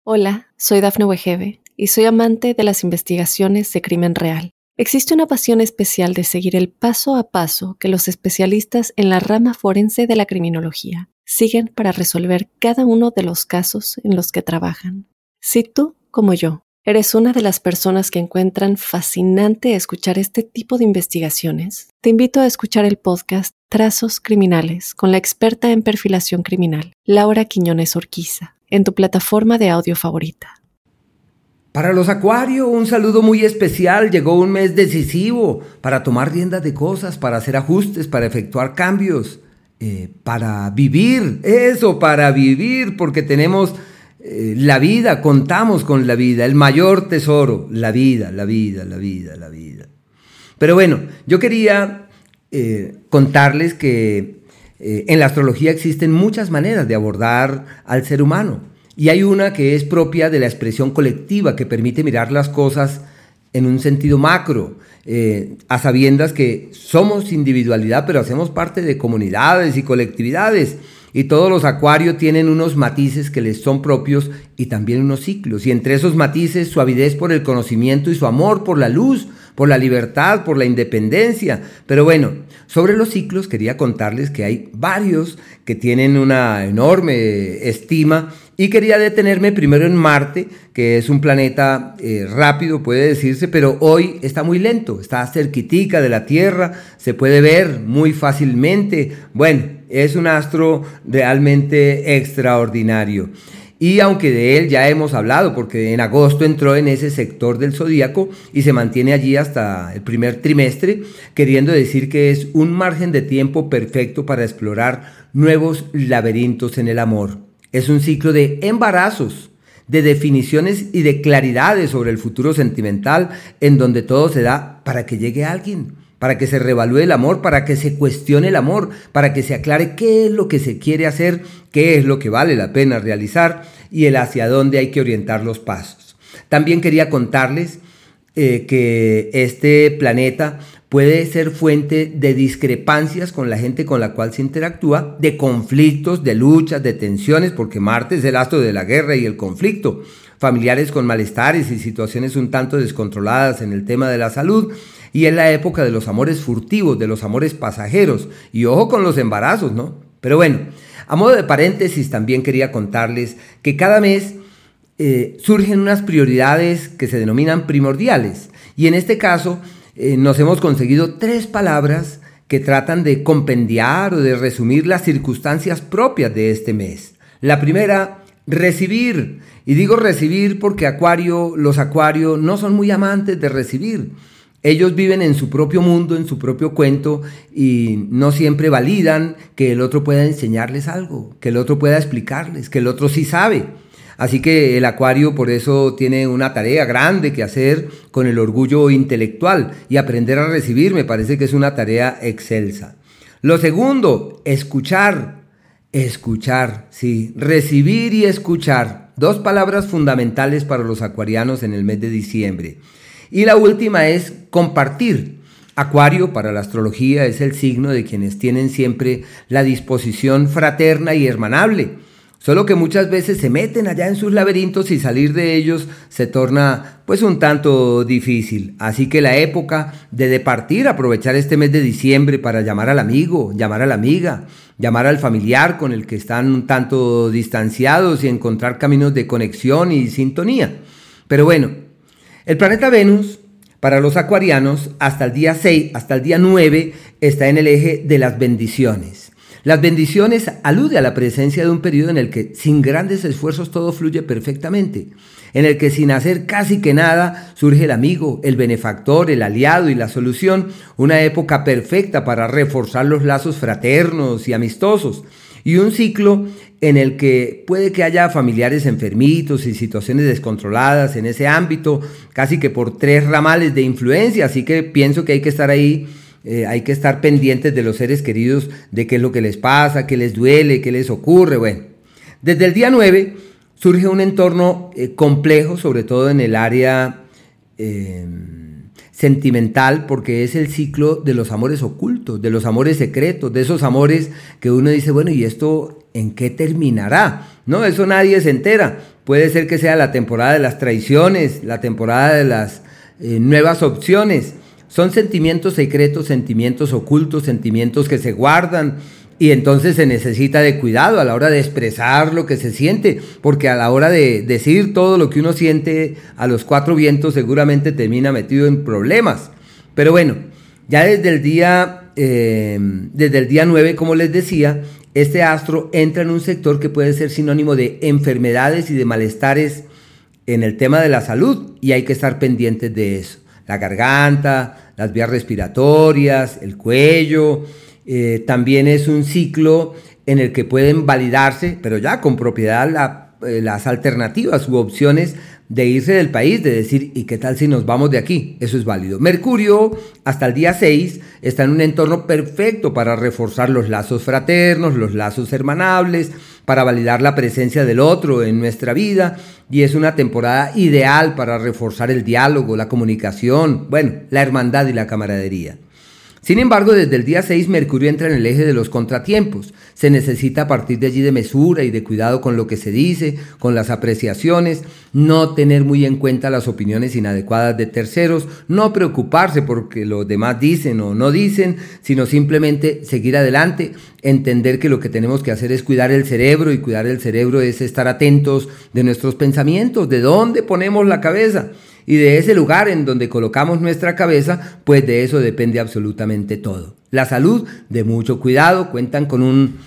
Hola, soy Dafne Wegebe y soy amante de las investigaciones de crimen real. Existe una pasión especial de seguir el paso a paso que los especialistas en la rama forense de la criminología siguen para resolver cada uno de los casos en los que trabajan. Si tú, como yo, eres una de las personas que encuentran fascinante escuchar este tipo de investigaciones, te invito a escuchar el podcast Trazos Criminales con la experta en perfilación criminal, Laura Quiñones Orquiza, en tu plataforma de audio favorita. Para los Acuario, un saludo muy especial. Llegó un mes decisivo para tomar riendas de cosas, para hacer ajustes, para efectuar cambios, para vivir, porque tenemos la vida, contamos con la vida, el mayor tesoro, la vida. Pero bueno, yo quería contarles que en la astrología existen muchas maneras de abordar al ser humano. Y hay una que es propia de la expresión colectiva, que permite mirar las cosas en un sentido macro, a sabiendas que somos individualidad, pero hacemos parte de comunidades y colectividades. Y todos los Acuario tienen unos matices que les son propios y también unos ciclos. Y entre esos matices, su avidez por el conocimiento y su amor por la luz, por la libertad, por la independencia. Pero bueno, sobre los ciclos quería contarles que hay varios que tienen una enorme estima y quería detenerme primero en Marte, que es un planeta rápido, puede decirse, pero hoy está muy lento, está cerquitica de la Tierra, se puede ver muy fácilmente. Bueno, es un astro realmente extraordinario. Y aunque de él ya hemos hablado, porque en agosto entró en ese sector del zodíaco y se mantiene allí hasta el primer trimestre, queriendo decir que es un margen de tiempo perfecto para explorar nuevos laberintos en el amor. Es un ciclo de embarazos, de definiciones y de claridades sobre el futuro sentimental, en donde todo se da para que llegue alguien, para que se revalúe el amor, para que se cuestione el amor, para que se aclare qué es lo que se quiere hacer, qué es lo que vale la pena realizar y el hacia dónde hay que orientar los pasos. También quería contarles que este planeta puede ser fuente de discrepancias con la gente con la cual se interactúa, de conflictos, de luchas, de tensiones, porque Marte es el astro de la guerra y el conflicto, familiares con malestares y situaciones un tanto descontroladas en el tema de la salud. Y es la época de los amores furtivos, de los amores pasajeros. Y ojo con los embarazos, ¿no? Pero bueno, a modo de paréntesis también quería contarles que cada mes surgen unas prioridades que se denominan primordiales. Y en este caso nos hemos conseguido 3 palabras que tratan de compendiar o de resumir las circunstancias propias de este mes. La primera, recibir. Y digo recibir porque los Acuario no son muy amantes de recibir. Ellos viven en su propio mundo, en su propio cuento y no siempre validan que el otro pueda enseñarles algo, que el otro pueda explicarles, que el otro sí sabe. Así que el Acuario por eso tiene una tarea grande que hacer con el orgullo intelectual y aprender a recibir me parece que es una tarea excelsa. Lo segundo, escuchar, sí, recibir y escuchar. 2 palabras fundamentales para los acuarianos en el mes de diciembre. Y la última es compartir. Acuario para la astrología es el signo de quienes tienen siempre la disposición fraterna y hermanable. Solo que muchas veces se meten allá en sus laberintos y salir de ellos se torna pues un tanto difícil. Así que la época de departir, aprovechar este mes de diciembre para llamar al amigo, llamar a la amiga, llamar al familiar con el que están un tanto distanciados y encontrar caminos de conexión y sintonía. Pero bueno, el planeta Venus, para los acuarianos, hasta el día 6, hasta el día 9, está en el eje de las bendiciones. Las bendiciones alude a la presencia de un periodo en el que sin grandes esfuerzos todo fluye perfectamente, en el que sin hacer casi que nada surge el amigo, el benefactor, el aliado y la solución, una época perfecta para reforzar los lazos fraternos y amistosos, y un ciclo en el que puede que haya familiares enfermitos y situaciones descontroladas en ese ámbito, casi que por 3 ramales de influencia, así que pienso que hay que estar ahí, hay que estar pendientes de los seres queridos, de qué es lo que les pasa, qué les duele, qué les ocurre. Bueno, desde el día 9 surge un entorno complejo, sobre todo en el área sentimental, porque es el ciclo de los amores ocultos, de los amores secretos, de esos amores que uno dice, bueno, ¿y esto en qué terminará? No, eso nadie se entera, puede ser que sea la temporada de las traiciones, la temporada de las nuevas opciones. Son sentimientos secretos, sentimientos ocultos, sentimientos que se guardan, y entonces se necesita de cuidado a la hora de expresar lo que se siente, porque a la hora de decir todo lo que uno siente a los cuatro vientos seguramente termina metido en problemas. Pero bueno, ya desde el día 9, como les decía, este astro entra en un sector que puede ser sinónimo de enfermedades y de malestares en el tema de la salud, y hay que estar pendientes de eso. La garganta, las vías respiratorias, el cuello. También es un ciclo en el que pueden validarse, pero ya con propiedad, las alternativas u opciones de irse del país, de decir, ¿y qué tal si nos vamos de aquí? Eso es válido. Mercurio, hasta el día 6, está en un entorno perfecto para reforzar los lazos fraternos, los lazos hermanables, para validar la presencia del otro en nuestra vida, y es una temporada ideal para reforzar el diálogo, la comunicación, la hermandad y la camaradería. Sin embargo, desde el día 6 Mercurio entra en el eje de los contratiempos. Se necesita a partir de allí de mesura y de cuidado con lo que se dice, con las apreciaciones, no tener muy en cuenta las opiniones inadecuadas de terceros, no preocuparse porque los demás dicen o no dicen, sino simplemente seguir adelante, entender que lo que tenemos que hacer es cuidar el cerebro, y cuidar el cerebro es estar atentos de nuestros pensamientos, de dónde ponemos la cabeza. Y de ese lugar en donde colocamos nuestra cabeza, pues de eso depende absolutamente todo. La salud, de mucho cuidado, cuentan con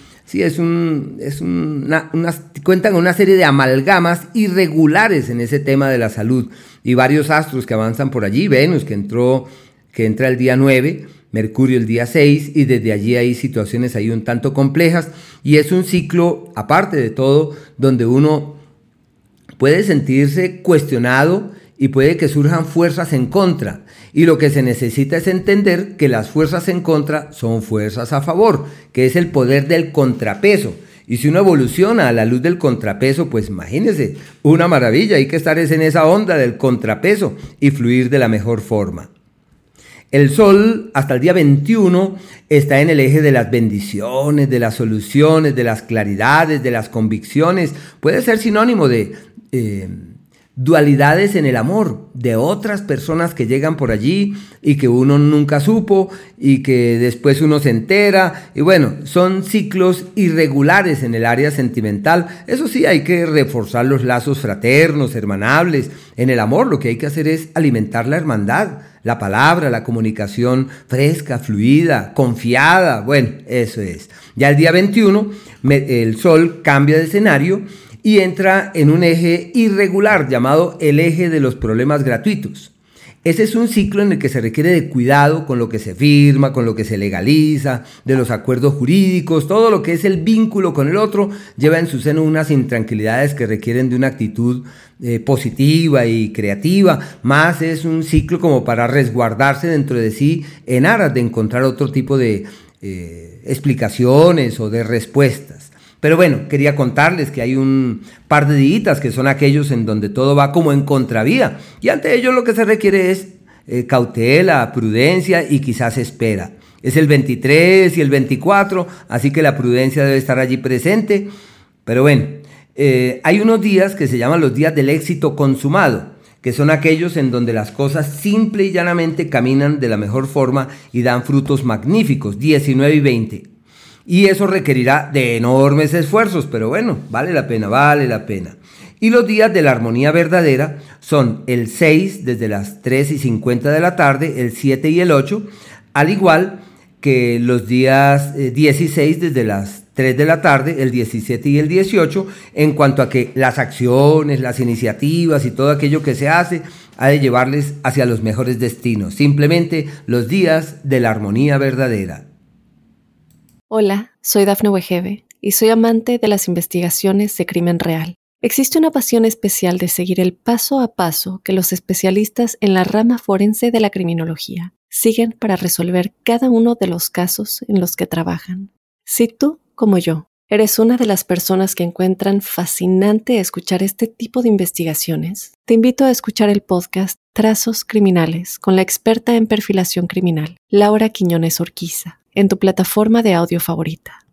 cuentan con una serie de amalgamas irregulares en ese tema de la salud, y varios astros que avanzan por allí. Venus, que entra el día 9, Mercurio el día 6, y desde allí hay situaciones ahí un tanto complejas, y es un ciclo, aparte de todo, donde uno puede sentirse cuestionado y puede que surjan fuerzas en contra, y lo que se necesita es entender que las fuerzas en contra son fuerzas a favor, que es el poder del contrapeso. Y si uno evoluciona a la luz del contrapeso, pues imagínense, una maravilla. Hay que estar en esa onda del contrapeso y fluir de la mejor forma. El Sol, hasta el día 21, está en el eje de las bendiciones, de las soluciones, de las claridades, de las convicciones. Puede ser sinónimo de dualidades en el amor, de otras personas que llegan por allí y que uno nunca supo y que después uno se entera, y son ciclos irregulares en el área sentimental. Eso sí, hay que reforzar los lazos fraternos, hermanables. En el amor lo que hay que hacer es alimentar la hermandad, la palabra, la comunicación fresca, fluida, confiada. Eso es. Ya el día 21 el Sol cambia de escenario y entra en un eje irregular llamado el eje de los problemas gratuitos. Ese es un ciclo en el que se requiere de cuidado con lo que se firma, con lo que se legaliza, de los acuerdos jurídicos. Todo lo que es el vínculo con el otro lleva en su seno unas intranquilidades que requieren de una actitud positiva y creativa. Más es un ciclo como para resguardarse dentro de sí en aras de encontrar otro tipo de explicaciones o de respuestas. Pero quería contarles que hay un par de días que son aquellos en donde todo va como en contravía, y ante ello lo que se requiere es cautela, prudencia y quizás espera. Es el 23 y el 24, así que la prudencia debe estar allí presente. Pero hay unos días que se llaman los días del éxito consumado, que son aquellos en donde las cosas simple y llanamente caminan de la mejor forma y dan frutos magníficos, 19 y 20. Y eso requerirá de enormes esfuerzos, pero vale la pena. Y los días de la armonía verdadera son el 6 desde las 3:50 de la tarde, el 7 y el 8, al igual que los días 16 desde las 3 de la tarde, el 17 y el 18, en cuanto a que las acciones, las iniciativas y todo aquello que se hace ha de llevarles hacia los mejores destinos. Simplemente los días de la armonía verdadera. Hola, soy Dafne Wegebe y soy amante de las investigaciones de crimen real. Existe una pasión especial de seguir el paso a paso que los especialistas en la rama forense de la criminología siguen para resolver cada uno de los casos en los que trabajan. Si tú, como yo, eres una de las personas que encuentran fascinante escuchar este tipo de investigaciones, te invito a escuchar el podcast Trazos Criminales con la experta en perfilación criminal, Laura Quiñones Orquiza, en tu plataforma de audio favorita.